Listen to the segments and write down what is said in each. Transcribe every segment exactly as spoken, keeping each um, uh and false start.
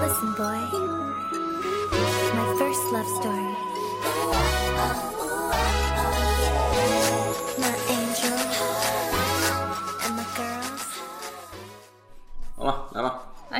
Listen, boy, my first love story. My angel and my girls. 好了，来吧。 来。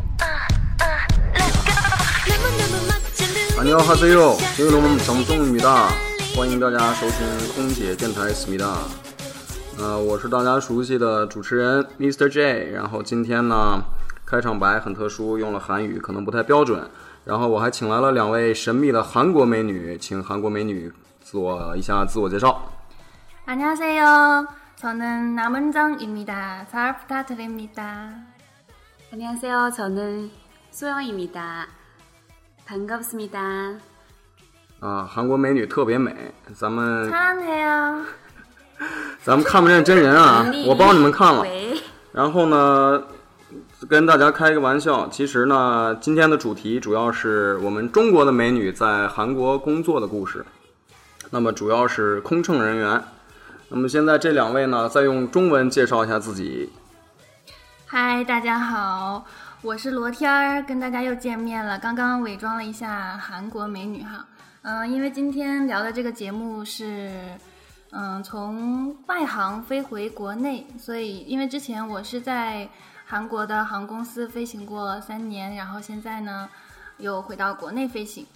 안녕하세요，听众们，정종입니다。欢迎大家收听空姐电台思密达。呃，我是大家熟悉的主持人 Mister J。然后今天呢，开场白很特殊，用了韩语，可能不太标准。然后我还请来了两位神秘的韩国美女，请韩国美女做一下自我介绍。 안녕하세요. 저는 남은정입니다. 잘 부탁드립니다. 안녕하세요. 저는 소영입니다. 반갑습니다. 啊，韩国美女特别美，咱们 사랑해요. 咱们看不见真人啊，我帮你们看了。然后呢，跟大家开一个玩笑，其实呢，今天的主题主要是我们中国的美女在韩国工作的故事。那么主要是空乘人员。那么现在这两位呢，再用中文介绍一下自己。 嗨，大家好，我是罗天儿，跟大家又见面了。刚刚伪装了一下韩国美女哈，嗯、呃，因为今天聊的这个节目是，嗯、呃，从外航飞回国内，所以因为之前我是在韩国的航空公司飞行过三年，然后现在呢又回到国内飞行。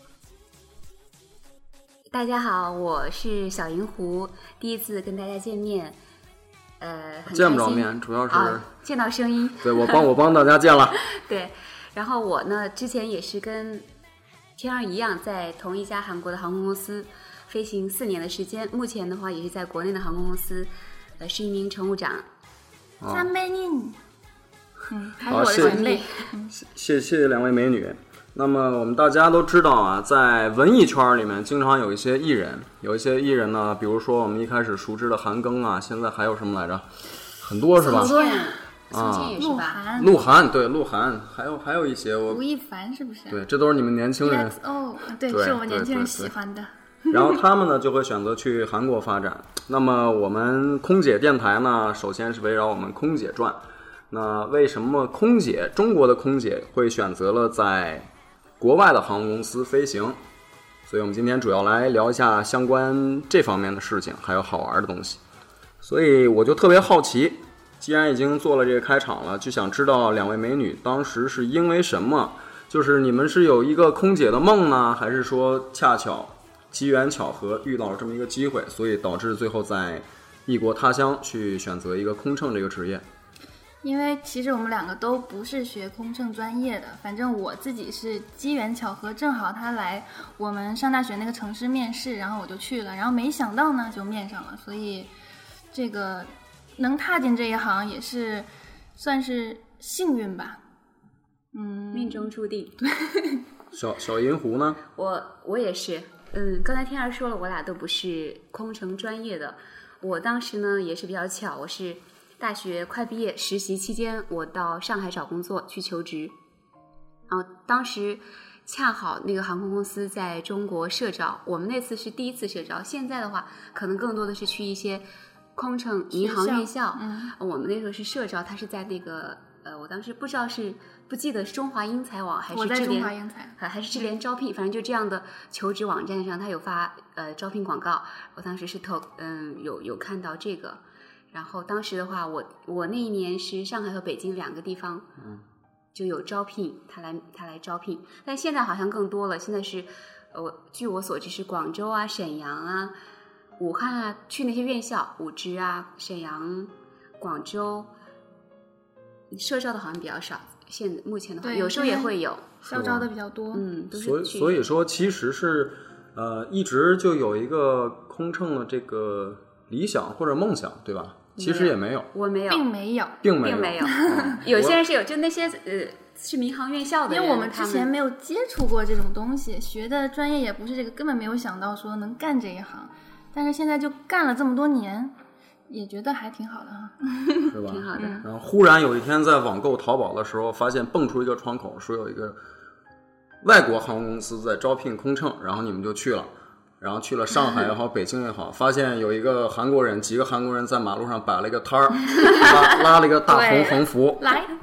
大家好，我是小银狐，第一次跟大家见面，呃，很见不着面，主要是、 啊、见到声音。 对，我帮我帮大家见了。 对，然后我呢，之前也是跟天儿一样，在同一家韩国的航空公司飞行四年的时间，目前的话也是在国内的航空公司，呃，是一名乘务长。 三妹您，嗯，还是好， 我的前辈。 谢谢谢谢两位美女。那么我们大家都知道啊，在文艺圈里面经常有一些艺人，有一些艺人呢，比如说我们一开始熟知的韩庚啊，现在还有什么来着？很多是吧？ 宋茜，宋茜也是吧？ 鹿晗， 鹿晗，对，鹿晗，还有还有一些我吴亦凡是不是？ 对，这都是你们年轻人。 哦，对， 对是我们年轻人喜欢的。 然后他们呢就会选择去韩国发展。那么我们空姐电台呢，首先是围绕我们空姐转。那为什么空姐，中国的空姐会选择了在国外的航空公司飞行？所以我们今天主要来聊一下相关这方面的事情，还有好玩的东西。所以我就特别好奇，既然已经做了这个开场了，就想知道两位美女当时是因为什么？就是你们是有一个空姐的梦呢，还是说恰巧机缘巧合遇到了这么一个机会，所以导致最后在异国他乡去选择一个空乘这个职业？ 因为其实我们两个都不是学空乘专业的，反正我自己是机缘巧合，正好他来我们上大学那个城市面试，然后我就去了，然后没想到呢就面上了，所以这个能踏进这一行也是算是幸运吧。嗯， 命中注定。 小小银狐呢？ 我我也是，嗯，刚才天儿说了，我俩都不是空乘专业的。我当时呢也是比较巧，我是大学快毕业实习期间，我到上海找工作去求职，然后当时恰好那个航空公司在中国社招，我们那次是第一次社招，现在的话可能更多的是去一些空乘民航院校， 嗯， 我们那时候是社招，它是在那个呃，我当时不知道是不记得是中华英才网还是智联，还还是智联招聘，反正就这样的求职网站上，它有发呃招聘广告，我当时是投嗯有有看到这个。然后当时的话，我我那一年是上海和北京两个地方，嗯，就有招聘，他来他来招聘。但现在好像更多了，现在是，我据我所知是广州啊、沈阳啊、武汉啊，去那些院校，武职啊、沈阳、广州，社招的好像比较少。现目前的话，有时候也会有校招的比较多， 嗯，都是所以所以说其实是呃一直就有一个空乘的这个理想或者梦想，对吧？其实也没有， 我没有， 并没有， 并没有， 并没有。嗯、有些人是有，就那些呃是民航院校的人， 因为我们之前没有接触过这种东西，学的专业也不是这个，根本没有想到说能干这一行。但是现在就干了这么多年，也觉得还挺好的哈， 是吧？ 挺好的。 然后忽然有一天在网购淘宝的时候，发现蹦出一个窗口，说有一个外国航空公司在招聘空乘，然后你们就去了。然后去了上海也好，北京也好，发现有一个韩国人，几个韩国人在马路上摆了一个摊儿，拉拉了一个大红横幅， 来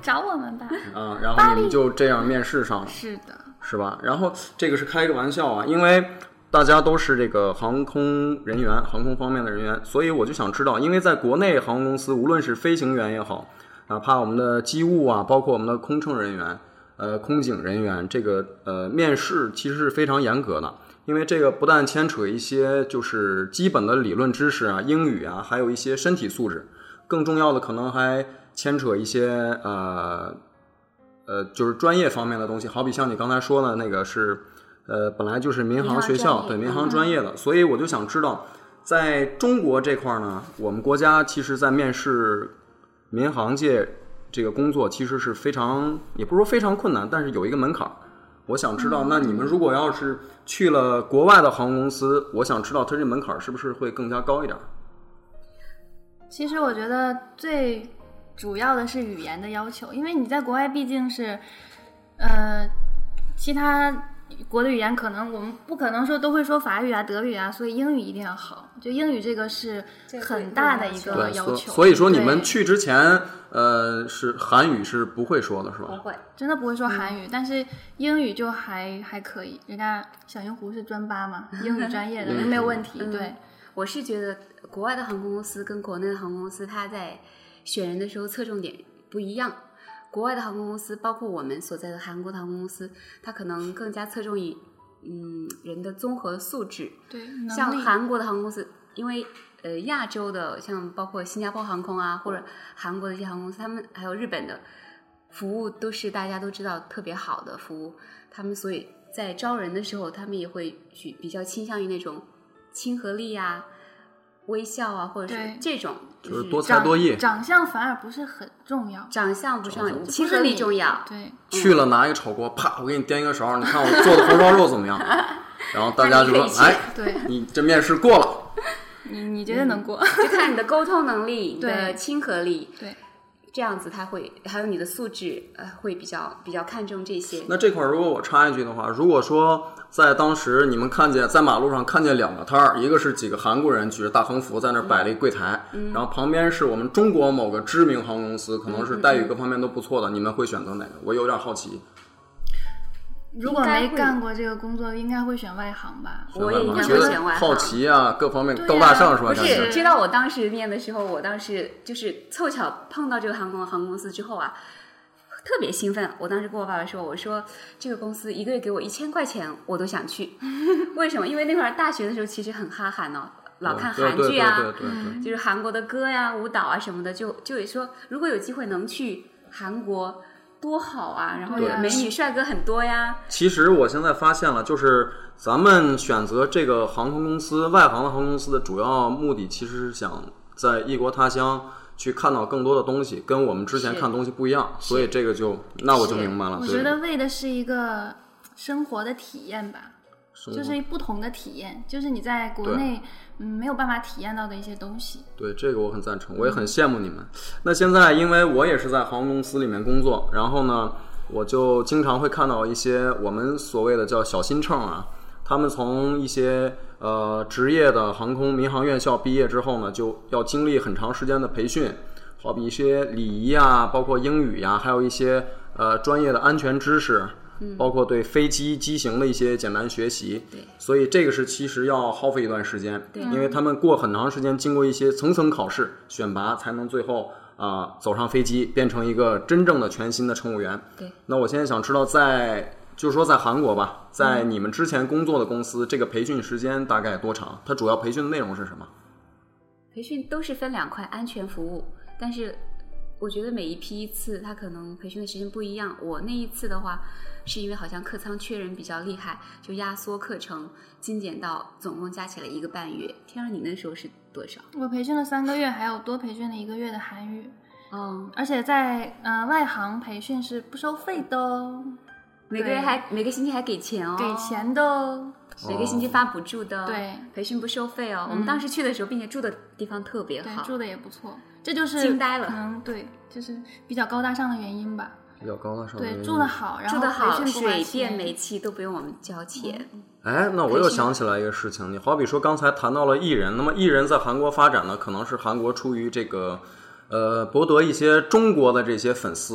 找我们吧。 啊，然后你们就这样面试上了。 是的， 是吧？然后这个是开个玩笑啊，因为大家都是这个航空人员，航空方面的人员，所以我就想知道，因为在国内航空公司，无论是飞行员也好，哪怕我们的机务啊，包括我们的空乘人员、呃空警人员，这个呃面试其实是非常严格的，因为这个不但牵扯一些就是基本的理论知识啊、英语啊，还有一些身体素质，更重要的可能还牵扯一些呃。呃，就是专业方面的东西，好比像你刚才说的那个是，呃，本来就是民航学校，对民航专业的，嗯、所以我就想知道，在中国这块呢，我们国家其实在面试民航界这个工作，其实是非常，也不是说非常困难，但是有一个门槛。我想知道，嗯、那你们如果要是去了国外的航空公司，我想知道它这门槛是不是会更加高一点？ 其实我觉得最主要的是语言的要求，因为你在国外毕竟是，呃，其他国的语言可能我们不可能说都会说法语啊、德语啊，所以英语一定要好。就英语这个是很大的一个要求。 所以说你们去之前，呃，是韩语是不会说的，是吧？ 不会， 真的不会说韩语，嗯、但是英语就还还可以。人家小银狐是专八嘛，英语专业的，没有问题。 嗯、 对， 我是觉得国外的航空公司跟国内的航空公司，它在选人的时候侧重点不一样。国外的航空公司，包括我们所在的韩国的航空公司，它可能更加侧重于嗯人的综合素质。 对， 像韩国的航空公司，因为呃亚洲的像包括新加坡航空啊，或者韩国的一些航空公司，他们还有日本的服务都是大家都知道特别好的服务，他们所以在招人的时候，他们也会去比较倾向于那种亲和力啊、微笑啊，或者是这种。 就是多才多艺， 长, 长相反而不是很重要， 长相不重要，亲和力重要。 对， 去了拿一个炒锅，啪，我给你颠一个勺，你看我做的红烧肉怎么样？然后大家就说，哎， 对， 你这面试过了， 你你觉得能过？ 就看你的沟通能力，你的亲和力， 对， 这样子他会，还有你的素质，呃，会比较比较看重这些。 那这块如果我插一句的话，如果说在当时你们看见在马路上看见两个摊儿，一个是几个韩国人举着大横幅在那儿摆了一柜台，嗯、然后旁边是我们中国某个知名航空公司，可能是待遇各方面都不错的，嗯、你们会选择哪个？我有点好奇。 如果没干过这个工作，应该会选外航吧？ 我也应该会选外航。 好奇啊，各方面高大上是吧？ 不是，知道我当时面的时候，我当时就是凑巧碰到这个航空航空公司之后啊。特别兴奋，我当时跟我爸爸说，我说这个公司一个月给我一千块钱，我都想去。为什么？因为那会儿大学的时候其实很哈韩哦，老看韩剧啊，就是韩国的歌呀、舞蹈啊什么的，就就也说如果有机会能去韩国多好啊，然后美女帅哥很多呀。 其实我现在发现了，就是咱们选择这个航空公司、外航的航空公司的主要目的，其实是想在异国他乡去看到更多的东西，跟我们之前看东西不一样，所以这个就那我就明白了。 我觉得为的是一个生活的体验吧，就是不同的体验，就是你在国内嗯没有办法体验到的一些东西。 对，这个我很赞成，我也很羡慕你们。嗯、那现在因为我也是在航空公司里面工作，然后呢，我就经常会看到一些我们所谓的叫小新乘啊。他们从一些呃职业的航空民航院校毕业之后呢，就要经历很长时间的培训，好比一些礼仪啊，包括英语呀、啊，还有一些呃专业的安全知识，嗯、包括对飞机机型的一些简单学习。 对， 所以这个是其实要耗费一段时间，因为他们过很长时间经过一些层层考试选拔，才能最后啊、呃、走上飞机，变成一个真正的全新的乘务员。 对， 那我现在想知道在。就是说在韩国吧，在你们之前工作的公司，嗯、这个培训时间大概多长？它主要培训的内容是什么？ 培训都是分两块，安全服务。但是我觉得每一批次它可能培训的时间不一样。我那一次的话，是因为好像客舱缺人比较厉害，就压缩课程，精简到总共加起来一个半月。天儿，你那时候是多少？ 我培训了三个月，还有多培训了一个月的韩语。 哦， 而且在呃外航培训是不收费的哦。 每个月还每个星期还给钱哦， 给钱的哦， 每个星期发补助的， 对， 培训不收费哦。嗯、我们当时去的时候，并且住的地方特别好， 对，住的也不错，这就是惊呆了。 嗯，对，就是比较高大上的原因吧。 比较高大上的原因， 对，住的好，然后住的好， 培训不花钱， 水电煤气都不用我们交钱。 嗯、哎，那我又想起来一个事情，你好比说刚才谈到了艺人，那么艺人在韩国发展呢，可能是韩国出于这个呃博得一些中国的这些粉丝。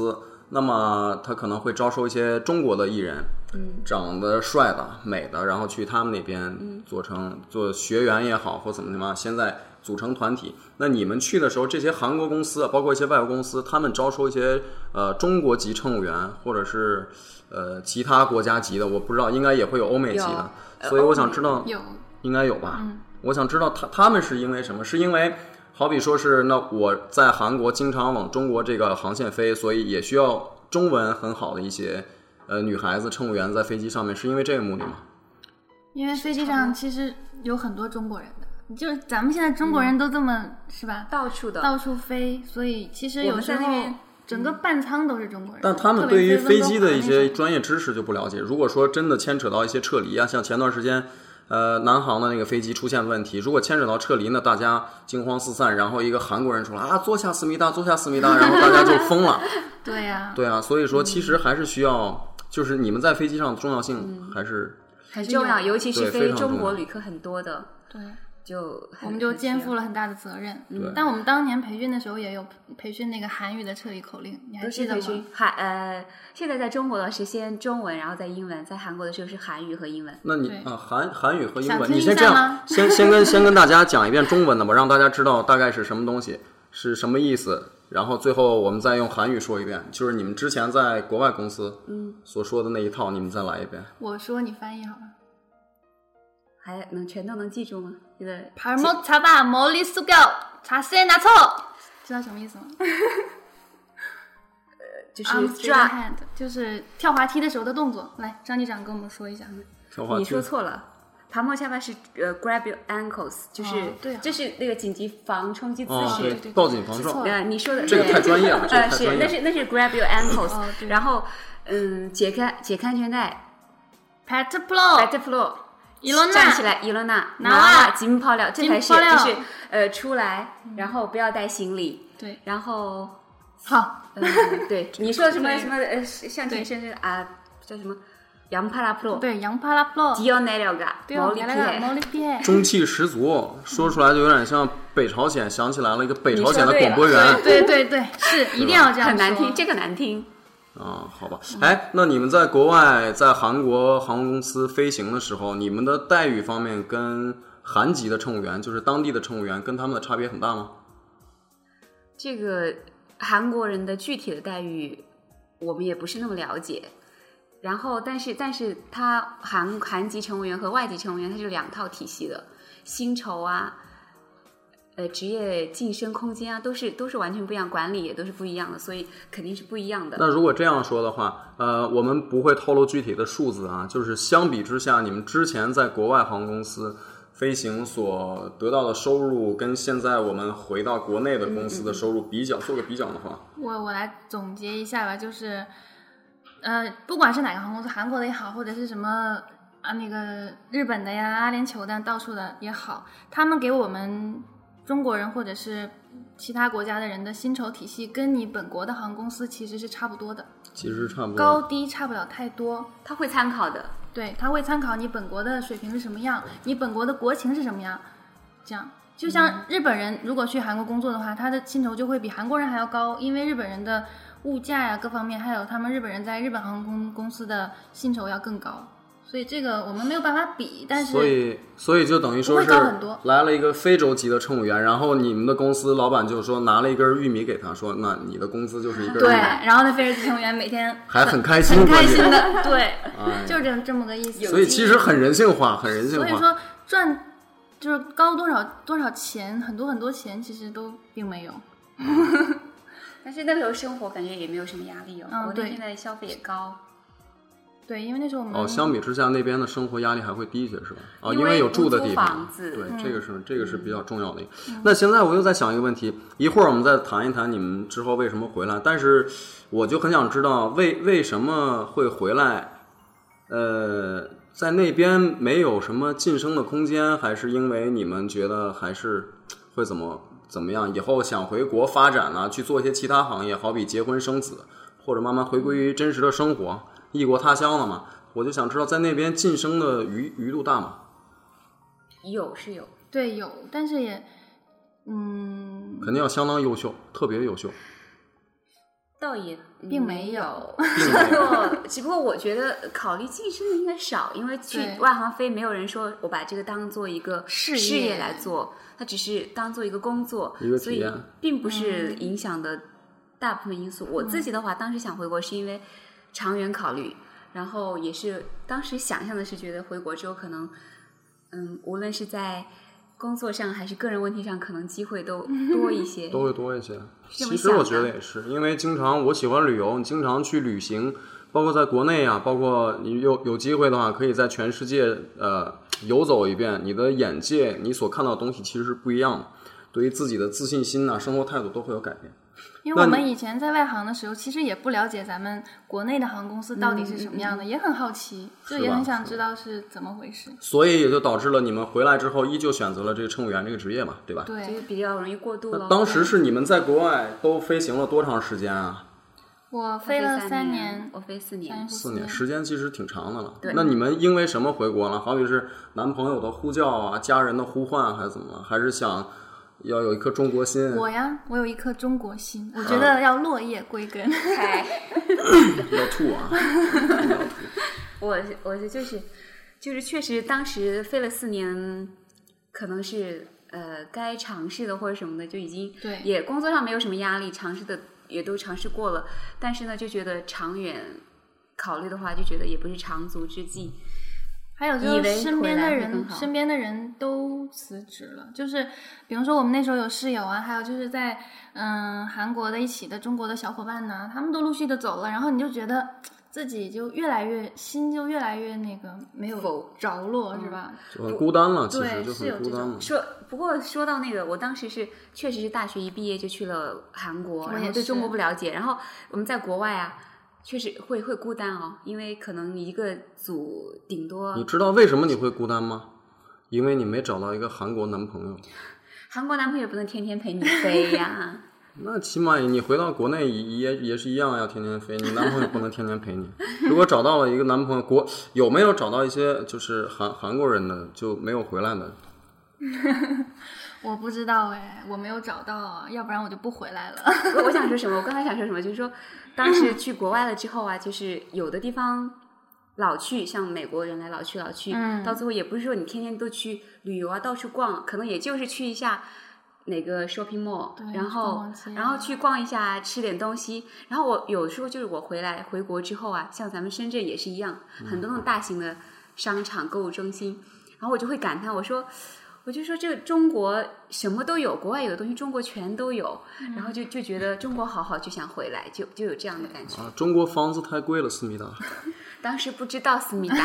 那么他可能会招收一些中国的艺人， 嗯， 长得帅的、美的，然后去他们那边做成、嗯、做学员也好，或怎么怎么样，现在组成团体。那你们去的时候，这些韩国公司，包括一些外国公司，他们招收一些呃中国籍乘务员，或者是呃其他国家籍的，我不知道，应该也会有欧美籍的，所以我想知道， 有应该有吧？ 嗯， 我想知道他他们是因为什么？是因为好比说是那我在韩国经常往中国这个航线飞，所以也需要中文很好的一些呃女孩子乘务员在飞机上面，是因为这个目的吗？ 因为飞机上其实有很多中国人的，就是咱们现在中国人都这么、嗯、是吧？ 到处的到处飞，所以其实有时候整个半舱都是中国人。 但他们对于飞机的一些专业知识就不了解。如果说真的牵扯到一些撤离啊，像前段时间。呃，南航的那个飞机出现问题，如果牵扯到撤离呢，大家惊慌四散，然后一个韩国人说啊，坐下思密达，坐下思密达，然后大家就疯了。 对呀、啊， 对啊，所以说其实还是需要，就是你们在飞机上的重要性还是、 嗯、很重要，尤其是飞中国旅客很多的。 对。 就我们就肩负了很大的责任。嗯，但我们当年培训的时候也有培训那个韩语的撤离口令，你还记得吗？ 韩呃，现在在中国的是先中文，然后再英文；在韩国的时候是韩语和英文。 那你啊，韩韩语和英文， 你先这样，先先跟先跟大家讲一遍中文的吧，让大家知道大概是什么东西，是什么意思。然后最后我们再用韩语说一遍，就是你们之前在国外公司嗯所说的那一套，你们再来一遍。 我说你翻译好了。 还能全都能记住吗？这个 발목 잡아 머리 숙여 자세 낮춰，知道什么意思吗？ 呃，就是抓， 就是跳滑梯的时候的动作。来，张局长跟我们说一下。 跳滑梯。 你说错了，발목 잡아是呃 grab your ankles， 就是、哦对啊、 这是那个紧急防冲击姿势， 哦、对对抱紧防撞。 呃，你说的这个太专业了， 呃是那是那是 grab your ankles，、 哦、 然后嗯解开解开安全带 ，pat floor pat floor。 일어나 站起来，伊罗娜， 拿紧跑了，这才是就是呃出来，然后不要带行李， 对， 然后好， 嗯，对，你说什么什么呃向前伸伸啊，叫什么？양팔 앞으로， 对，양팔 앞으로， 뛰어내려가， 머리 피해， 中气十足，说出来就有点像北朝鲜，想起来了一个北朝鲜的广播员， 对对对，是一定要这样说， 很难听，这个难听。 啊，好吧，哎，那你们在国外，在韩国航空公司飞行的时候，你们的待遇方面跟韩籍的乘务员，就是当地的乘务员，跟他们的差别很大吗？ 这个韩国人的具体的待遇，我们也不是那么了解。然后，但是，但是他韩韩籍乘务员和外籍乘务员，它是两套体系的，薪酬啊。呃，职业晋升空间啊，都是都是完全不一样，管理也都是不一样的，所以肯定是不一样的。 那如果这样说的话，呃，我们不会透露具体的数字啊，就是相比之下，你们之前在国外航空公司飞行所得到的收入，跟现在我们回到国内的公司的收入比较，嗯嗯做个比较的话， 我我来总结一下吧，就是呃，不管是哪个航空公司，韩国的也好，或者是什么啊那个日本的呀、阿联酋的、到处的也好，他们给我们中国人或者是其他国家的人的薪酬体系跟你本国的航空公司其实是差不多的， 其实差不多， 高低差不了太多。 他会参考的， 对，他会参考你本国的水平是什么样，你本国的国情是什么样，这样就像日本人如果去韩国工作的话，他的薪酬就会比韩国人还要高，因为日本人的物价呀各方面，还有他们日本人在日本航空公司的薪酬要更高。所以这个我们没有办法比，但是所以所以就等于说是来了一个非洲籍的乘务员，然后你们的公司老板就说拿了一根玉米给他，说那你的工资就是一根玉米。 对，然后那非洲籍乘务员每天还很开心， 很开心的，对， 哎、 就是这这么个意思。 所以其实很人性化，很人性化。 所以说赚就是高多少多少钱，很多很多钱，其实都并没有。 但是那时候生活感觉也没有什么压力哦， 嗯、 国内现在消费也高。 对，因为那时候我们哦，相比之下那边的生活压力还会低一些，是吧？啊、哦， 因为有住的地方， 房子对， 嗯、 这个是这个是比较重要的。嗯、那现在我又在想一个问题，一会儿我们再谈一谈你们之后为什么回来，但是我就很想知道为为什么会回来？呃，在那边没有什么晋升的空间，还是因为你们觉得还是会怎么怎么样？以后想回国发展啊，去做一些其他行业，好比结婚生子，或者慢慢回归于真实的生活。异国他乡了嘛，我就想知道在那边晋升的余余度大吗？ 有是有， 对有，但是也，嗯， 肯定要相当优秀，特别优秀。 倒也并没有， 只不过只不过我觉得考虑晋升的应该少，因为去外行飞没有人说我把这个当做一个事业来做，它只是当做一个工作， 一个所以并不是影响的大部分因素。 嗯、 我自己的话，当时想回国是因为长远考虑，然后也是当时想象的是觉得回国之后可能，嗯，无论是在工作上还是个人问题上，可能机会都多一些， 都会多一些。其实我觉得也是，因为经常我喜欢旅游，你经常去旅行，包括在国内啊，包括你有有机会的话，可以在全世界呃游走一遍，你的眼界，你所看到的东西其实是不一样的，对于自己的自信心呐、啊、生活态度都会有改变。 因为我们以前在外行的时候，其实也不了解咱们国内的航空公司到底是什么样的，嗯、也很好奇，就也很想知道是怎么回事。 所以也就导致了你们回来之后，依旧选择了这个乘务员这个职业嘛，对吧？ 对，就是比较容易过渡了。 当时是你们在国外都飞行了多长时间啊？ 我飞了三年，我飞四年， 四年，时间其实挺长的了。 对， 那你们因为什么回国了？好比是男朋友的呼叫啊，家人的呼唤，还是怎么了？还是想要有一颗中国心？ 我呀，我有一颗中国心，我觉得要落叶归根。 要吐啊！要吐。 我我就是就是确实当时飞了四年，可能是呃该尝试的或者什么的就已经对， 也工作上没有什么压力，尝试的也都尝试过了，但是呢就觉得长远考虑的话，就觉得也不是长足之计。 还有就是身边的人，身边的人都辞职了。就是比如说我们那时候有室友啊，还有就是在嗯韩国的一起的中国的小伙伴呢，他们都陆续的走了，然后你就觉得自己就越来越心就越来越那个没有着落，是吧？ 就很孤单了，其实就很孤单了。 说不过说到那个，我当时是确实是大学一毕业就去了韩国，然后对中国不了解，然后我们在国外啊。确实会会孤单哦，因为可能一个组顶多。 你知道为什么你会孤单吗？因为你没找到一个韩国男朋友。 韩国男朋友不能天天陪你飞呀。 那起码你回到国内也也是一样要天天飞，你男朋友不能天天陪你。如果找到了一个男朋友，国有没有找到一些就是韩韩国人的就没有回来的？ 我不知道哎，我没有找到，要不然我就不回来了。 我我想说什么？我刚才想说什么？就是说，当时去国外了之后啊，就是有的地方老去，像美国人来老去老去， 嗯， 到最后也不是说你天天都去旅游啊，到处逛，可能也就是去一下哪个 shopping mall， 然后然后去逛一下，吃点东西。然后我有时候就是我回来回国之后啊，像咱们深圳也是一样，很多那种大型的商场、购物中心，然后我就会感叹，我说。我就说这个中国什么都有，国外有的东西中国全都有，嗯、然后就就觉得中国好好，就想回来，就就有这样的感觉。 啊，中国房子太贵了，思密达。 当时不知道思密达。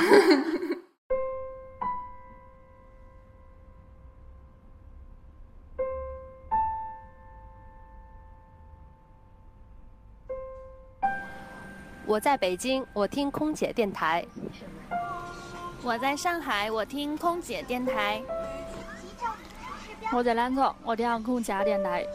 我在北京，我听空姐电台。 我在上海，我听空姐电台。 我在兰州，我听空姐电台。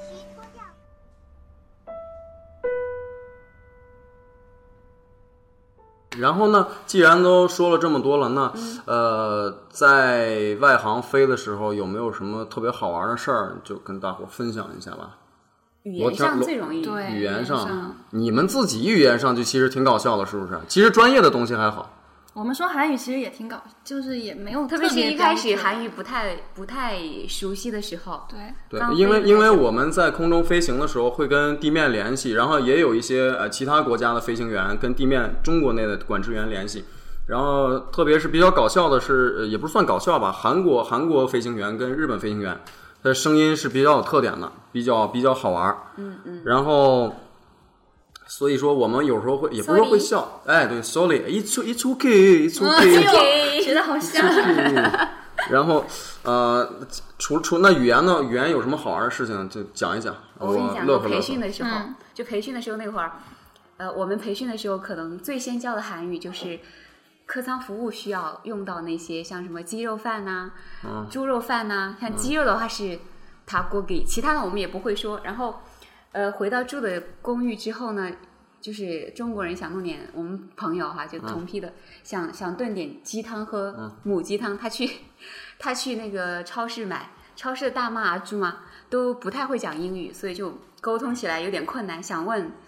然后呢，既然都说了这么多了，那、嗯、呃，在外航飞的时候有没有什么特别好玩的事儿，就跟大伙分享一下吧。 语言上最容易， 对， 语言上， 上你们自己语言上就其实挺搞笑的，是不是？其实专业的东西还好。 我们说韩语其实也挺搞，就是也没有特别， 特别是一开始韩语不太不太熟悉的时候， 对对，因为因为我们在空中飞行的时候会跟地面联系，然后也有一些呃其他国家的飞行员跟地面中国内的管制员联系，然后特别是比较搞笑的是，也不算搞笑吧，韩国韩国飞行员跟日本飞行员，他的声音是比较有特点的，比较比较好玩， 嗯嗯， 然后。所以说我们有时候会也不是会笑，哎，对 ，sorry，it's it's okay，it's okay，学的好像。 然后呃，除除那语言呢？语言有什么好玩的事情就讲一讲。 我跟你讲， 我培训的时候， 嗯、 就培训的时候那会儿，呃，我们培训的时候可能最先教的韩语就是客舱服务需要用到那些像什么鸡肉饭呐、啊、 嗯、 猪肉饭呐、啊，像鸡肉的话是takogi，其他的我们也不会说，然后。呃，回到住的公寓之后呢，就是中国人想弄点，我们朋友哈，就同批的，嗯、想想炖点鸡汤喝母鸡汤，他去他去那个超市买，超市的大妈阿朱嘛都不太会讲英语，所以就沟通起来有点困难。想问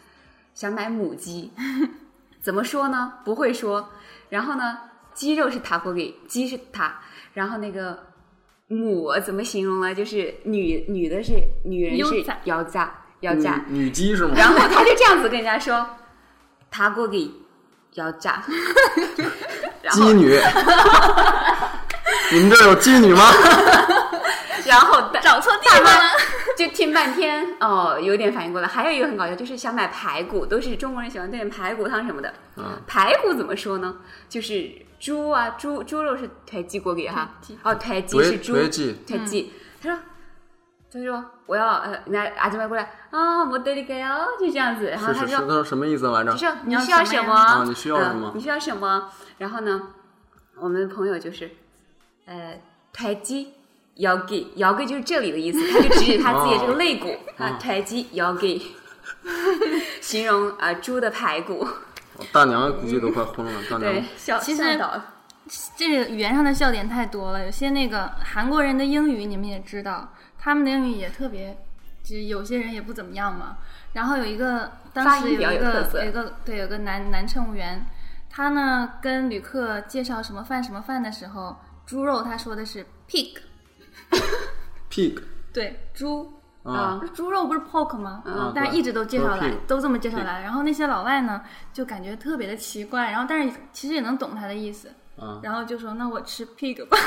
想买母鸡，怎么说呢？不会说。然后呢，鸡肉是塔锅给，鸡是塔，然后那个母怎么形容呢？就是女女的是女人是腰炸腰炸、 嗯、女鸡是吗？ 然后他就这样子跟人家说，塔锅给腰炸， 鸡女，你们这有鸡女吗？ 然后找错地方了， 就听半天哦，有点反应过来。还有一个很搞笑，就是想买排骨，都是中国人喜欢炖排骨汤什么的。嗯，排骨怎么说呢？就是猪啊，猪猪肉是腿鸡锅给哈，哦，腿鸡是猪， 腿鸡， 腿鸡。他说，他说我要呃，那阿姐妹过来啊，我得里个哟，就这样子。然后他说， 是是是，他说什么意思来着？ 就说你需要什么？ 啊，你需要什么？ 呃、你需要什么？然后呢，我们的朋友就是，呃，腿鸡。腰给腰给就是这里的意思，他就指指他自己的这个肋骨啊，腿肌腰给，形容啊、呃、猪的排骨。 大娘估计都快昏了，大娘。 对，笑其实笑倒这个语言上的笑点太多了，有些那个韩国人的英语你们也知道，他们的英语也特别，就是有些人也不怎么样嘛。然后有一个当时有一个有一个对有个男男乘务员，他呢跟旅客介绍什么饭什么饭的时候，猪肉他说的是 pig。pig 对， 猪啊， 猪肉不是 pork 吗？ 嗯， 但是一直都介绍来， 都这么介绍来。然后那些老外呢，就感觉特别的奇怪，然后但是其实也能懂他的意思， 嗯， 然后就说那我吃 pig 吧。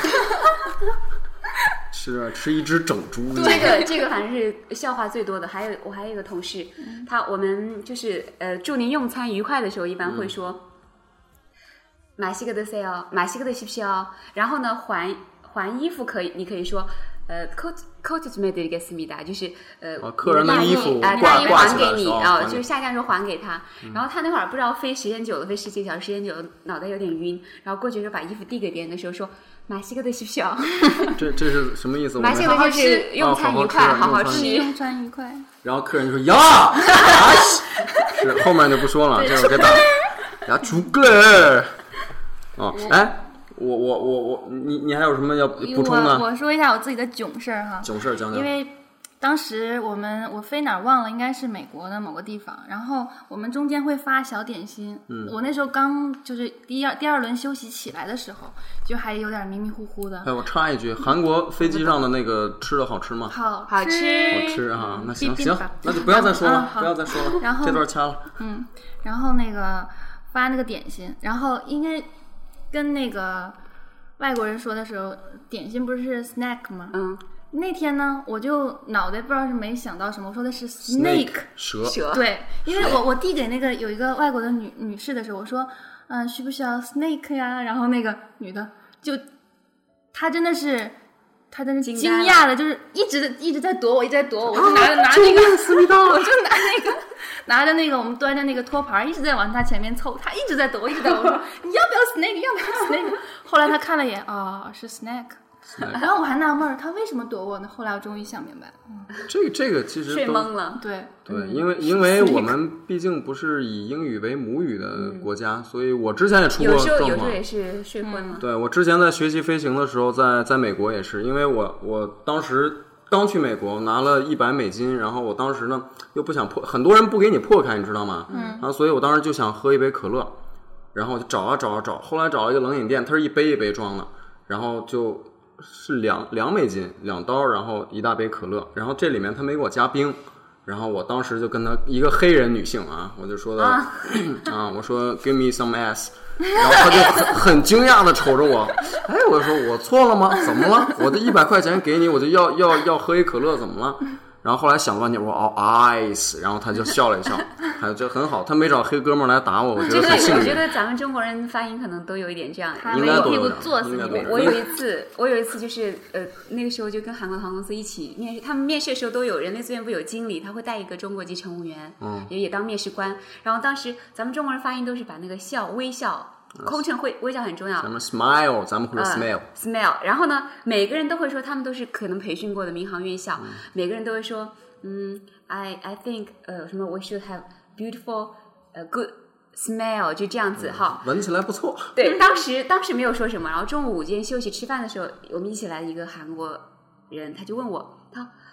吃吃一只整猪。 这个这个反正是笑话最多的。还有我还有一个同事，嗯、他我们就是呃祝您用餐愉快的时候，一般会说。马西克的 sale， 马西克的西不西哦？然后呢，还还衣服可以，你可以说，呃 ，coat coat 准备的给思密达，就是呃， 哦、客人的衣服啊， 挂大衣还给你啊、 哦， 就是下降时候还给他。 嗯、 然后他那会儿不知道飞时间久了，飞十几个小时，时间久了脑袋有点晕，然后过去时候把衣服递给别人的时候说，马西克的西不西哦？ 这这是什么意思？ 马西克的就是用餐愉快，好好吃， 用餐愉快。 然后客人就说呀，是后面就不说了，这会儿给打呀，猪哥。哦，哎，我我我我，你你还有什么要补充的？ 我我说一下我自己的囧事儿哈。 囧事儿讲讲。 因为当时我们我飞哪儿忘了，应该是美国的某个地方，然后我们中间会发小点心。 嗯。 我那时候刚就是第二第二轮休息起来的时候，就还有点迷迷糊糊的。 哎，我插一句，韩国飞机上的那个吃的好吃吗？ 好好吃， 好吃啊！那行行，那就不要再说了， 嗯、 不要再说了， 然后这段掐了。 嗯，然后那个发那个点心，然后应该。跟那个外国人说的时候，点心不是 snack 吗？ 嗯， 那天呢，我就脑袋不知道是没想到什么，我说的是 snake 蛇蛇。 对，因为我我递给那个有一个外国的女女士的时候，我说，嗯、呃，需不需要 snake 呀？然后那个女的就，她真的是。他真是惊讶的，就是一直一直在躲我，一直在躲我，我就拿着、啊、拿那个，我就拿那个拿着那个我们端着那个托盘，一直在往他前面凑，他一直在躲，一直在我说你要不要 snake， 要不要 snake？ 后来他看了一眼，啊、哦，是 snack， 然后我还纳闷他为什么躲我呢？后来我终于想明白，嗯、 这个这个其实睡懵了， 对对，嗯、因为因为我们毕竟不是以英语为母语的国家，嗯、所以我之前也出过有时候状况， 有时候也是睡昏了。 对，我之前在学习飞行的时候，在在美国也是，因为我我当时刚去美国，拿了一百美金，然后我当时呢又不想破，很多人不给你破开，你知道吗？ 嗯， 啊，所以我当时就想喝一杯可乐，然后我就找啊找啊找，后来找了一个冷饮店，它是一杯一杯装的，然后就是两两美金两刀，然后一大杯可乐，然后这里面他没给我加冰。然后我当时就跟他一个黑人女性啊，我就说的 啊, 啊，我说 give me some ass， 然后他就很很惊讶的瞅着我，哎，我说我错了吗？怎么了？我的一百块钱给你，我就要要要喝一可乐，怎么了？然后后来想了半天，我说哦 ice， 然后他就笑了一笑，还就很好，他没找黑哥们来打我，我觉得很幸运。 我觉得咱们中国人发音可能都有一点这样， 应该都屁股坐死你。 我有一次，我有一次就是呃那个时候就跟韩国航空公司一起面试，他们面试的时候都有人力资源部有经理，他会带一个中国籍乘务员， 嗯， 也也当面试官。然后当时咱们中国人发音都是把那个笑微笑。空乘会微笑很重要， 咱们 smile， 咱们会说 smile， 呃、smile。然后呢，每个人都会说，他们都是可能培训过的民航院校，嗯、每个人都会说，嗯 ，I I think， 呃，什么 we should have beautiful， 呃 good smell， 就这样子哈、 嗯，闻起来不错。 对，当时当时没有说什么，然后中午午间休息吃饭的时候，我们一起来的一个韩国人，他就问我，他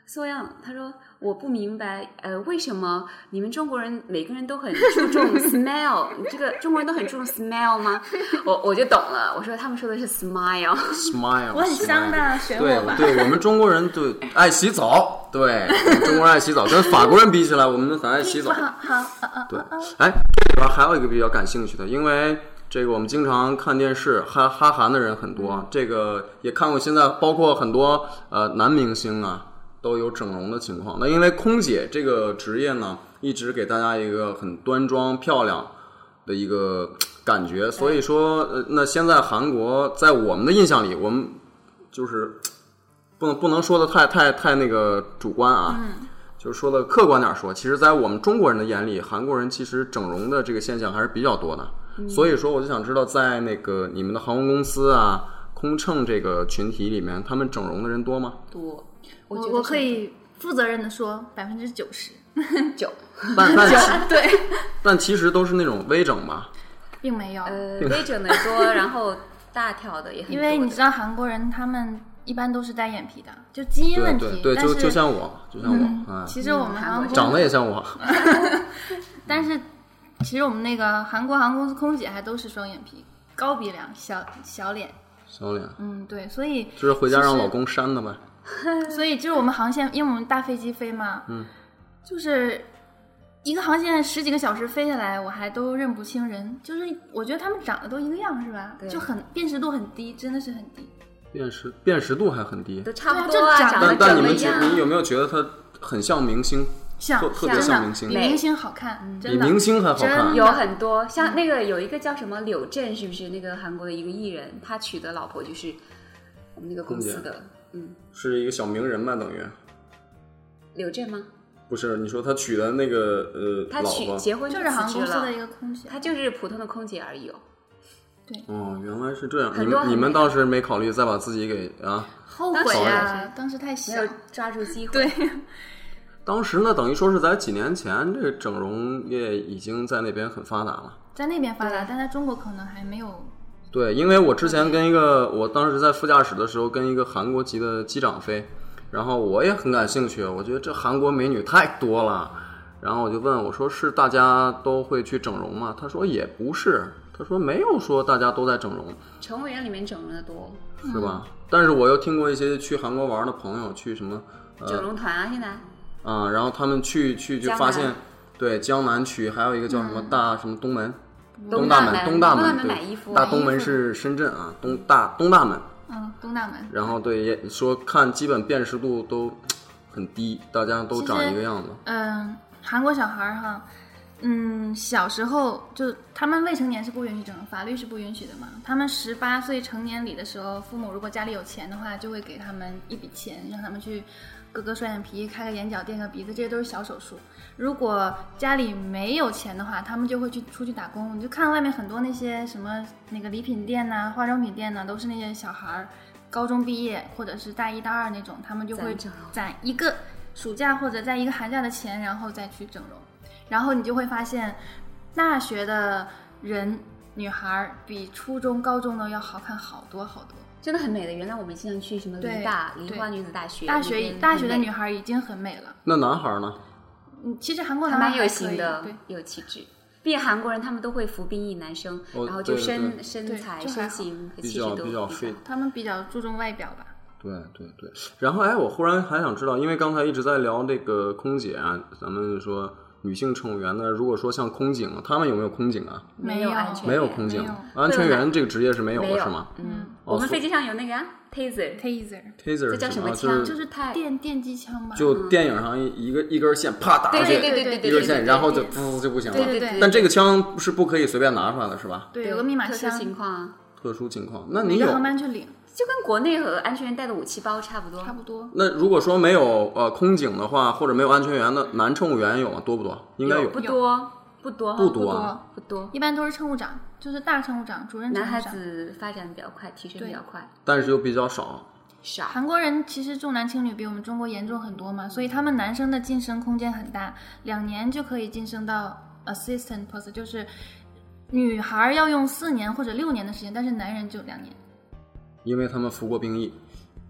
苏阳他说我不明白，呃，为什么你们中国人每个人都很注重 smell？ 这个中国人都很注重 smell 吗？我我就懂了，我说他们说的是 smile。smile， 我很香的，选我吧。 对，对我们中国人对爱洗澡，对，我们中国人爱洗澡，跟法国人比起来，我们很爱洗澡。 好好好， 对，哎，这里边还有一个比较感兴趣的，因为这个我们经常看电视，哈哈韩的人很多，这个也看过，现在包括很多呃男明星啊。都有整容的情况。那因为空姐这个职业呢，一直给大家一个很端庄漂亮的一个感觉，所以说，呃，那现在韩国在我们的印象里，我们就是不能不能说的太太太那个主观啊，嗯，就是说的客观点说，其实，在我们中国人的眼里，韩国人其实整容的这个现象还是比较多的。嗯，所以说，我就想知道，在那个你们的航空公司啊、空乘这个群体里面，他们整容的人多吗？ 多。 我我可以负责任的说，百分之九十九， 但但对， 但其实都是那种微整吧， 并没有。 呃，微整的多，然后大挑的也很多。 因为你知道韩国人他们一般都是单眼皮的，就基因问题。 对对对，就就像我，就像我。 嗯嗯、 其实我们航空长得也像我， 但是其实我们那个韩国航空公司空姐还都是双眼皮，高鼻梁，小小脸。 小脸。 嗯，对，所以就是回家让老公扇的呗。 所以就是我们航线，因为我们大飞机飞嘛，嗯，就是一个航线十几个小时飞下来，我还都认不清人，就是我觉得他们长得都一个样，是吧？就很辨识度很低，真的是很低。 辨识辨识度还很低， 都差不多啊。 长但但你们觉你有没有觉得他很像明星？ 像， 特别像明星， 比明星好看， 比明星还好看。 有很多像那个有一个叫什么柳镇，是不是那个韩国的一个艺人？他娶的老婆就是我们那个公司的。嗯， 是一个小名人吧，等于柳镇吗？ 不是，你说他娶的那个呃， 他娶结婚就是航空公司的一个空姐， 他就是普通的空姐而已哦。 对， 哦，原来是这样。你们你们倒是没考虑再把自己给啊？ 后悔啊！当时太小， 没有抓住机会。 对， 当时呢，等于说是在几年前，这个整容业已经在那边很发达了， 在那边发达，但在中国可能还没有。 对，因为我之前跟一个，我当时在副驾驶的时候跟一个韩国籍的机长飞，然后我也很感兴趣，我觉得这韩国美女太多了，然后我就问我说是大家都会去整容吗？他说也不是，他说没有说大家都在整容， 乘务员里面整容的多， 是吧？嗯，但是我又听过一些去韩国玩的朋友去什么、呃、 整容团啊，现在啊、嗯，然后他们去去就发现，对江南区还有一个叫什么大、嗯、什么东门。东大门，东大门，对，大东门是深圳啊，东大东大门， 嗯，东大门。 然后对，也说看基本辨识度都很低，大家都长一个样子。 嗯，韩国小孩哈，嗯，小时候就他们未成年是不允许整容，法律是不允许的嘛。他们十八岁成年礼的时候，父母如果家里有钱的话，就会给他们一笔钱，让他们去割割双眼皮、开个眼角、垫个鼻子，这些都是小手术。如果家里没有钱的话，他们就会去出去打工。你就看外面很多那些什么那个礼品店呐、化妆品店呐，都是那些小孩高中毕业或者是大一大二那种，他们就会攒一个暑假或者在一个寒假的钱，然后再去整容。然后你就会发现，大学的人女孩比初中、高中的要好看好多好多。 真的很美的，原来我们经常去什么梨大梨花女子大学， 大学大学的女孩已经很美了。 那男孩呢？ 嗯，其实韩国男孩蛮有型的，有气质。毕竟韩国人他们都会服兵役，男生， 哦、 然后就身对对身材、身形和气质都比较 fit， 他们比较注重外表吧。 对对对。然后哎，我忽然还想知道，因为刚才一直在聊这个空姐啊，咱们说女性乘务员呢，如果说像空警，他们有没有空警啊？ 没有安全员， 没有空警，安全员这个职业是没有的，是吗？ 嗯，我们飞机上有那个、啊、taser taser taser， 这叫什么枪？ 就是就是电电击枪吧？ 就电影上一个一根线啪打过去， 对对对对， 一根线，然后就滋就不行了。 对对对。 但这个枪是不可以随便拿出来的，是吧？ 对，有个密码箱。 特殊情况。 特殊情况，那你有航班去领。 就跟国内和安全员带的武器包差不多， 差不多。 那如果说没有呃空警的话，或者没有安全员的男乘务员有吗？多不多？应该有， 不多，不多， 不多啊， 不多。 一般都是乘务长，就是大乘务长、主任乘务长。 男孩子发展比较快，提升比较快， 但是又比较少。 少。 韩国人其实重男轻女比我们中国严重很多嘛，所以他们男生的晋升空间很大，两年就可以晋升到 assistant post， 就是女孩要用四年或者六年的时间，但是男人就两年。 因为他们服过兵役，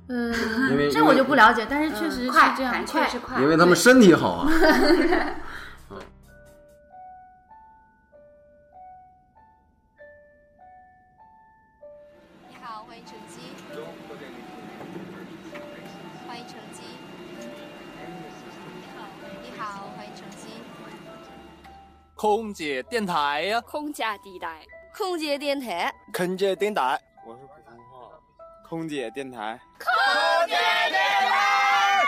呃， 因为这我就不了解，但是确实是快， 这样， 反正确实快， 因为他们身体好啊。 你好，欢迎乘机。欢迎乘机。你好，你好，欢迎乘机。 空姐电台呀、啊， 空姐地带， 空姐电台， 空姐电台，我是普通话，空姐电台， 空姐电台。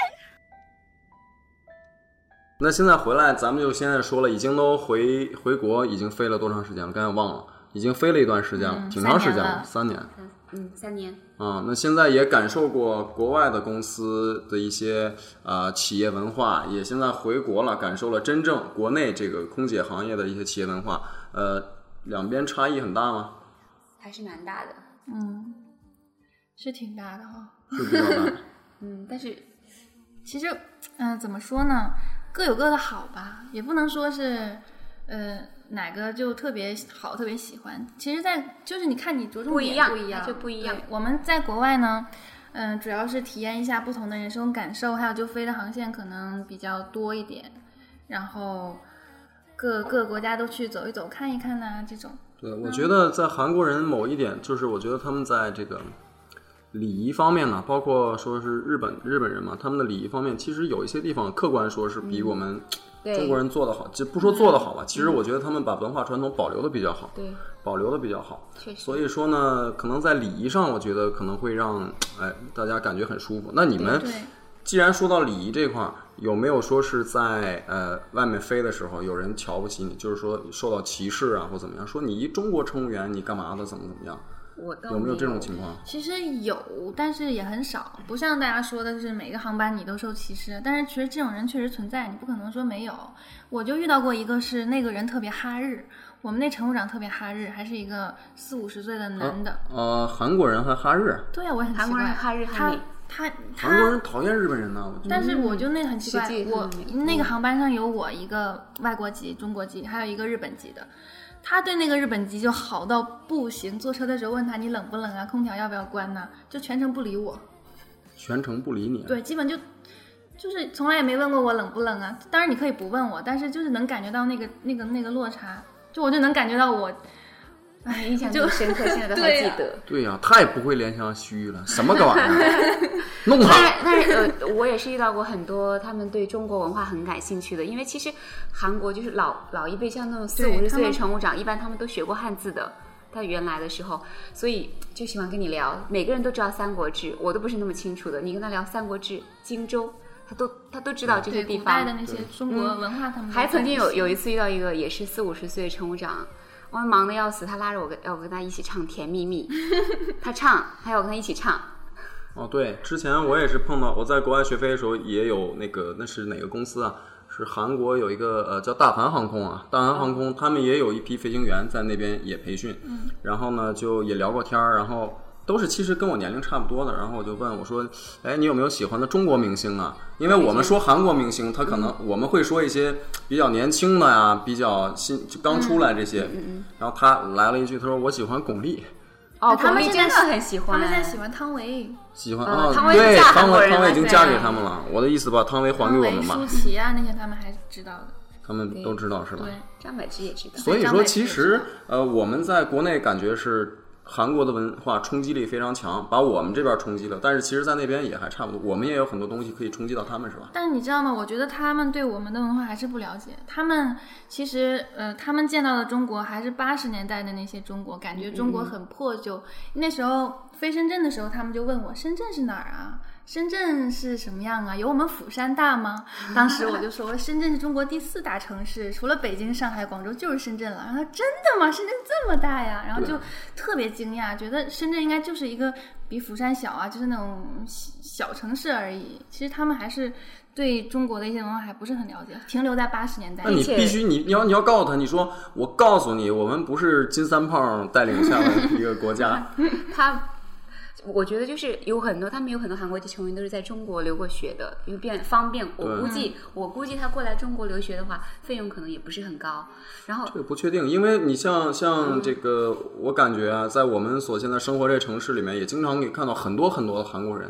那现在回来，咱们就现在说了，已经都回回国，已经飞了多长时间了？刚才忘了，已经飞了一段时间了， 嗯、 挺长时间了，三年。 嗯，三年。 啊，那现在也感受过国外的公司的一些呃企业文化，也现在回国了，感受了真正国内这个空姐行业的一些企业文化。呃，两边差异很大吗？ 还是蛮大的。 嗯，是挺大的哈、 哦。是比较大。 嗯，但是其实，嗯、呃，怎么说呢？各有各的好吧，也不能说是，呃，哪个就特别好，特别喜欢。其实在，在就是你看你着重点不一样， 就不一样。 我们在国外呢，嗯、呃，主要是体验一下不同的人生感受，还有就飞的航线可能比较多一点，然后各各个国家都去走一走、看一看呐、啊，这种。 对，我觉得在韩国人某一点，就是我觉得他们在这个礼仪方面呢，包括说是日本日本人嘛，他们的礼仪方面，其实有一些地方客观说是比我们中国人做得好，就不说做得好吧，其实我觉得他们把文化传统保留的比较好， 对， 保留的比较好。 确实。 所以说呢，可能在礼仪上，我觉得可能会让哎大家感觉很舒服。那你们既然说到礼仪这块，有没有说是在呃外面飞的时候有人瞧不起你，就是说受到歧视啊或怎么样，说你一中国乘务员你干嘛的，怎么怎么样？ 我倒有没有这种情况？ 其实有，但是也很少，不像大家说的是每个航班你都受歧视。但是其实这种人确实存在，你不可能说没有。我就遇到过一个是那个人特别哈日，我们那乘务长特别哈日，还是一个四五十岁的男的。 呃，呃韩国人还哈日？ 对啊，我也很奇怪。 韩国人哈日哈美。 他他韩国人讨厌日本人呢、啊， 但是我就那很奇怪，嗯、我那个航班上有我一个外国籍、中国籍，还有一个日本籍的。他对那个日本籍就好到不行，坐车的时候问他你冷不冷啊，空调要不要关呢，就全程不理我， 全程不理你。 对，基本就就是从来也没问过我冷不冷啊。当然你可以不问我，但是就是能感觉到那个那个那个落差，就我就能感觉到我， 哎，印象就深刻，现在都还记得。 对呀、啊，太不会怜香惜玉了，什么个玩意儿？弄他！ 但是呃，我也是遇到过很多他们对中国文化很感兴趣的，因为其实韩国就是老老一辈，像那种四五十岁的乘务长，一般他们都学过汉字的，在原来的时候，所以就喜欢跟你聊。每个人都知道《三国志》，我都不是那么清楚的。你跟他聊《三国志》、荆州，他都他都知道这些地方。 古代的那些中国文化，他们、嗯、 还曾经有有一次遇到一个也是四五十岁的乘务长。我们忙得要死，他拉着我跟要我跟他一起唱《甜蜜蜜》，他唱，还有我跟他一起唱。 哦，对，之前我也是碰到，我在国外学飞的时候也有那个，那是哪个公司啊？是韩国有一个呃叫大韩航空啊，大韩航空、哦、他们也有一批飞行员在那边也培训， 嗯， 然后呢就也聊过天儿，然后都是其实跟我年龄差不多的，然后我就问我说，哎，你有没有喜欢的中国明星啊？因为我们说韩国明星，他可能、嗯、我们会说一些比较年轻的呀，比较新就刚出来这些， 嗯嗯嗯、 然后他来了一句，他说我喜欢巩俐。 哦，他们真的很喜欢， 他们现在喜欢汤唯， 喜欢啊、 哦，对，汤唯汤唯已经嫁给他们了。我的意思把汤唯还给我们吧。 舒淇啊，那些他们还知道的。 他们都知道是吧？ 对， 张柏芝也知道。 所以说，其实呃，我们在国内感觉是韩国的文化冲击力非常强，把我们这边冲击了。但是其实，在那边也还差不多，我们也有很多东西可以冲击到他们，是吧？ 但是你知道吗？我觉得他们对我们的文化还是不了解。他们其实呃，他们见到的中国还是八十年代的那些中国，感觉中国很破旧。嗯、那时候飞深圳的时候，他们就问我：“深圳是哪儿啊？深圳是什么样啊？有我们釜山大吗？”当时我就说：“深圳是中国第四大城市，除了北京、上海、广州就是深圳了。”然后他真的吗？深圳这么大呀？然后就特别惊讶，觉得深圳应该就是一个比釜山小啊，就是那种小城市而已。其实他们还是对中国的一些文化还不是很了解，停留在八十年代。 那你必须你你要你要告诉他，你说我告诉你，我们不是金三胖带领下的一个国家。 他。我觉得就是有很多，他们有很多韩国籍成员都是在中国留过学的，因为变方便。我估计，我估计他过来中国留学的话，费用可能也不是很高。然后这个不确定，因为你像像这个，嗯、我感觉啊，在我们所现在生活这个城市里面，也经常可以看到很多很多的韩国人。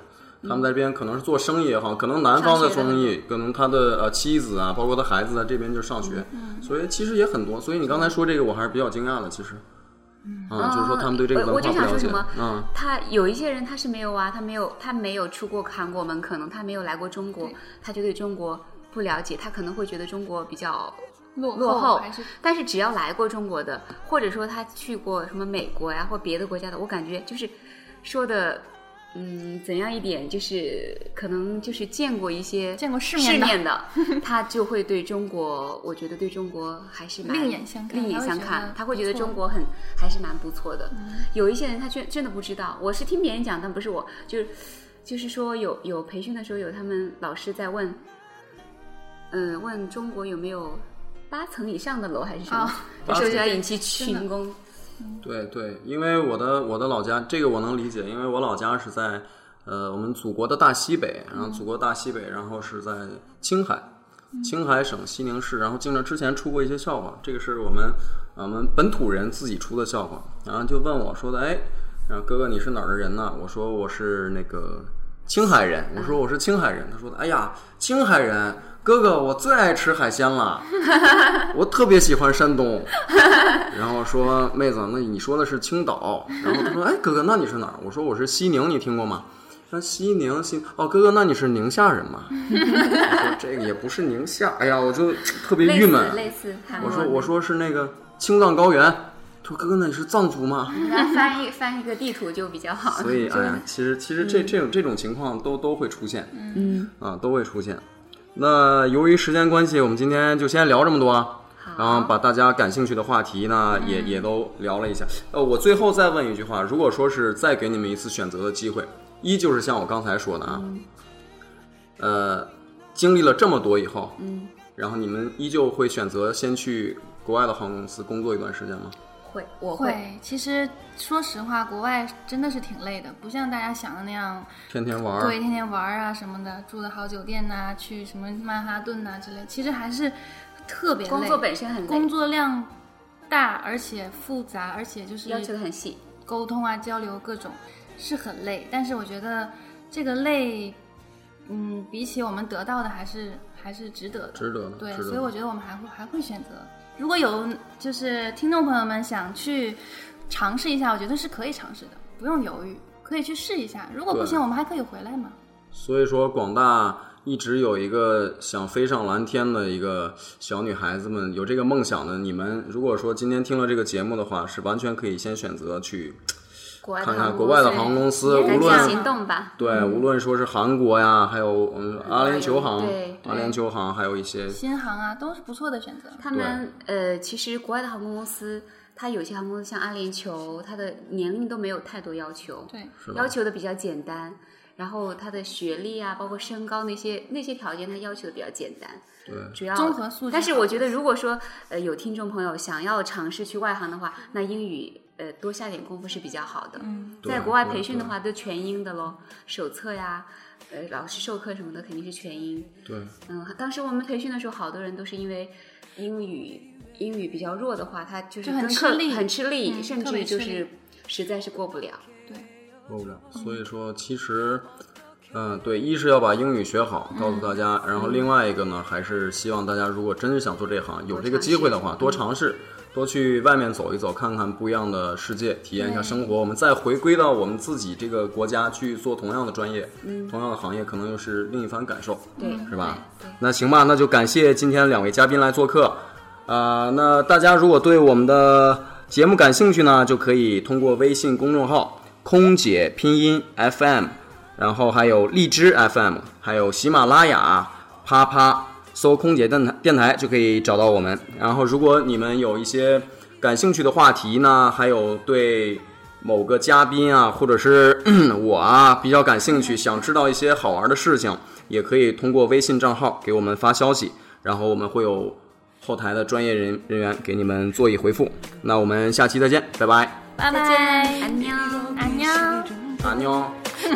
他们在这边可能是做生意也好，可能男方的生意，可能他的呃妻子啊，包括他孩子在这边就上学，嗯嗯、所以其实也很多。所以你刚才说这个，我还是比较惊讶的，其实。嗯，啊、就是说他们对这个文化不了解。 我就想说什么？ 嗯， 他有一些人他是没有啊，他没有他没有出过韩国门，可能他没有来过中国，他就对中国不了解，他可能会觉得中国比较落落后。 还是但是只要来过中国的，或者说他去过什么美国呀或别的国家的，我感觉就是说的。嗯，怎样一点就是可能就是见过一些见过世面的， 面的他就会对中国，我觉得对中国还是蛮另眼相看， 另眼相看，他会觉得中国很还是蛮不错的。 嗯、 有一些人他真真的不知道，我是听别人讲，但不是我，就是就是说有有培训的时候，有他们老师在问，嗯，问中国有没有八层以上的楼还是什么，这时候就要引起群攻。 对对，因为我的我的老家，这个我能理解，因为我老家是在呃我们祖国的大西北，然后祖国大西北，然后是在青海，青海省西宁市，然后经常之前出过一些笑话，这个是我们我们本土人自己出的笑话，然后就问我说的，哎，然后哥哥你是哪儿的人呢？我说我是那个青海人，我说我是青海人，他说的，哎呀，青海人。哥哥，我最爱吃海鲜了，我特别喜欢山东。然后说妹子，那你说的是青岛。然后他说，哎，哥哥，那你是哪儿？我说我是西宁，你听过吗？说西宁西哦，哥哥，那你是宁夏人吗？我说这个也不是宁夏，哎呀，我就特别郁闷。 类似，类似我说我说是那个青藏高原。他说哥哥，那你是藏族吗？ 翻一翻一个地图就比较好。 所以哎呀，其实其实这这种这种情况都都会出现， 嗯啊，都会出现。那由于时间关系，我们今天就先聊这么多，然后把大家感兴趣的话题呢，也也都聊了一下。呃，我最后再问一句话，如果说是再给你们一次选择的机会，一就是像我刚才说的啊， 嗯、 呃，经历了这么多以后， 嗯， 然后你们依旧会选择先去国外的航空公司工作一段时间吗？ 会，我会。会其实说实话，国外真的是挺累的，不像大家想的那样， 天天玩， 对，天天玩啊什么的，住的好酒店呐、啊，去什么曼哈顿呐、啊、之类，其实还是特别累。 工作本身很累， 工作量大，而且复杂，而且就是要求的很细， 沟通啊、交流各种是很累。但是我觉得这个累，嗯，比起我们得到的还是还是值得的， 值得的。 对， 所以我觉得我们还会还会选择。如果有就是听众朋友们想去尝试一下，我觉得是可以尝试的，不用犹豫，可以去试一下。如果不行，我们还可以回来嘛。 所以说，广大一直有一个想飞上蓝天的一个小女孩子们，有这个梦想的你们，如果说今天听了这个节目的话，是完全可以先选择去看看国外的航空公司，无论行动吧， 对， 嗯、 无论说是韩国呀，还有嗯阿联酋航，阿联酋航，还有一些新航啊，都是不错的选择。 他们呃，其实国外的航空公司，它有些航空公司像阿联酋，它的年龄都没有太多要求， 对， 要求的比较简单。然后它的学历啊，包括身高那些那些条件，它要求的比较简单。 对， 主要综合素质。 但是我觉得，如果说呃有听众朋友想要尝试去外航的话，那英语呃多下点功夫是比较好的。 嗯， 在国外培训的话，都全英的咯，手册呀，呃老师授课什么的肯定是全英。 对， 嗯，当时我们培训的时候，好多人都是因为英语英语比较弱的话，他就是很吃力， 很吃力， 嗯、 甚至就是实在是过不了。 过不了，所以说其实，嗯，对，一是要把英语学好，告诉大家， 嗯、 然后另外一个呢，还是希望大家如果真是想做这行，有这个机会的话，多尝试，多去外面走一走，看看不一样的世界，体验一下生活。我们再回归到我们自己这个国家去做同样的专业， 嗯、 同样的行业，可能又是另一番感受， 对， 是吧？ 对对那行吧，那就感谢今天两位嘉宾来做客，啊、呃，那大家如果对我们的节目感兴趣呢，就可以通过微信公众号空姐拼音 F M， 然后还有荔枝 F M， 还有喜马拉雅、啪啪，搜空姐电台电台就可以找到我们。然后如果你们有一些感兴趣的话题呢，还有对某个嘉宾啊，或者是我啊比较感兴趣，想知道一些好玩的事情，也可以通过微信账号给我们发消息，然后我们会有后台的专业人人员给你们做一回复。那我们下期再见，拜拜。 拜拜， 安녕， 安녕， 安녕。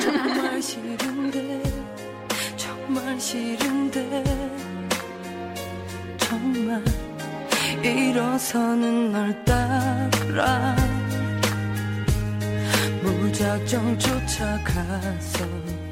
정말 싫은데 정말 싫은데 정말 일어서는 널 따라 무작정 쫓아가서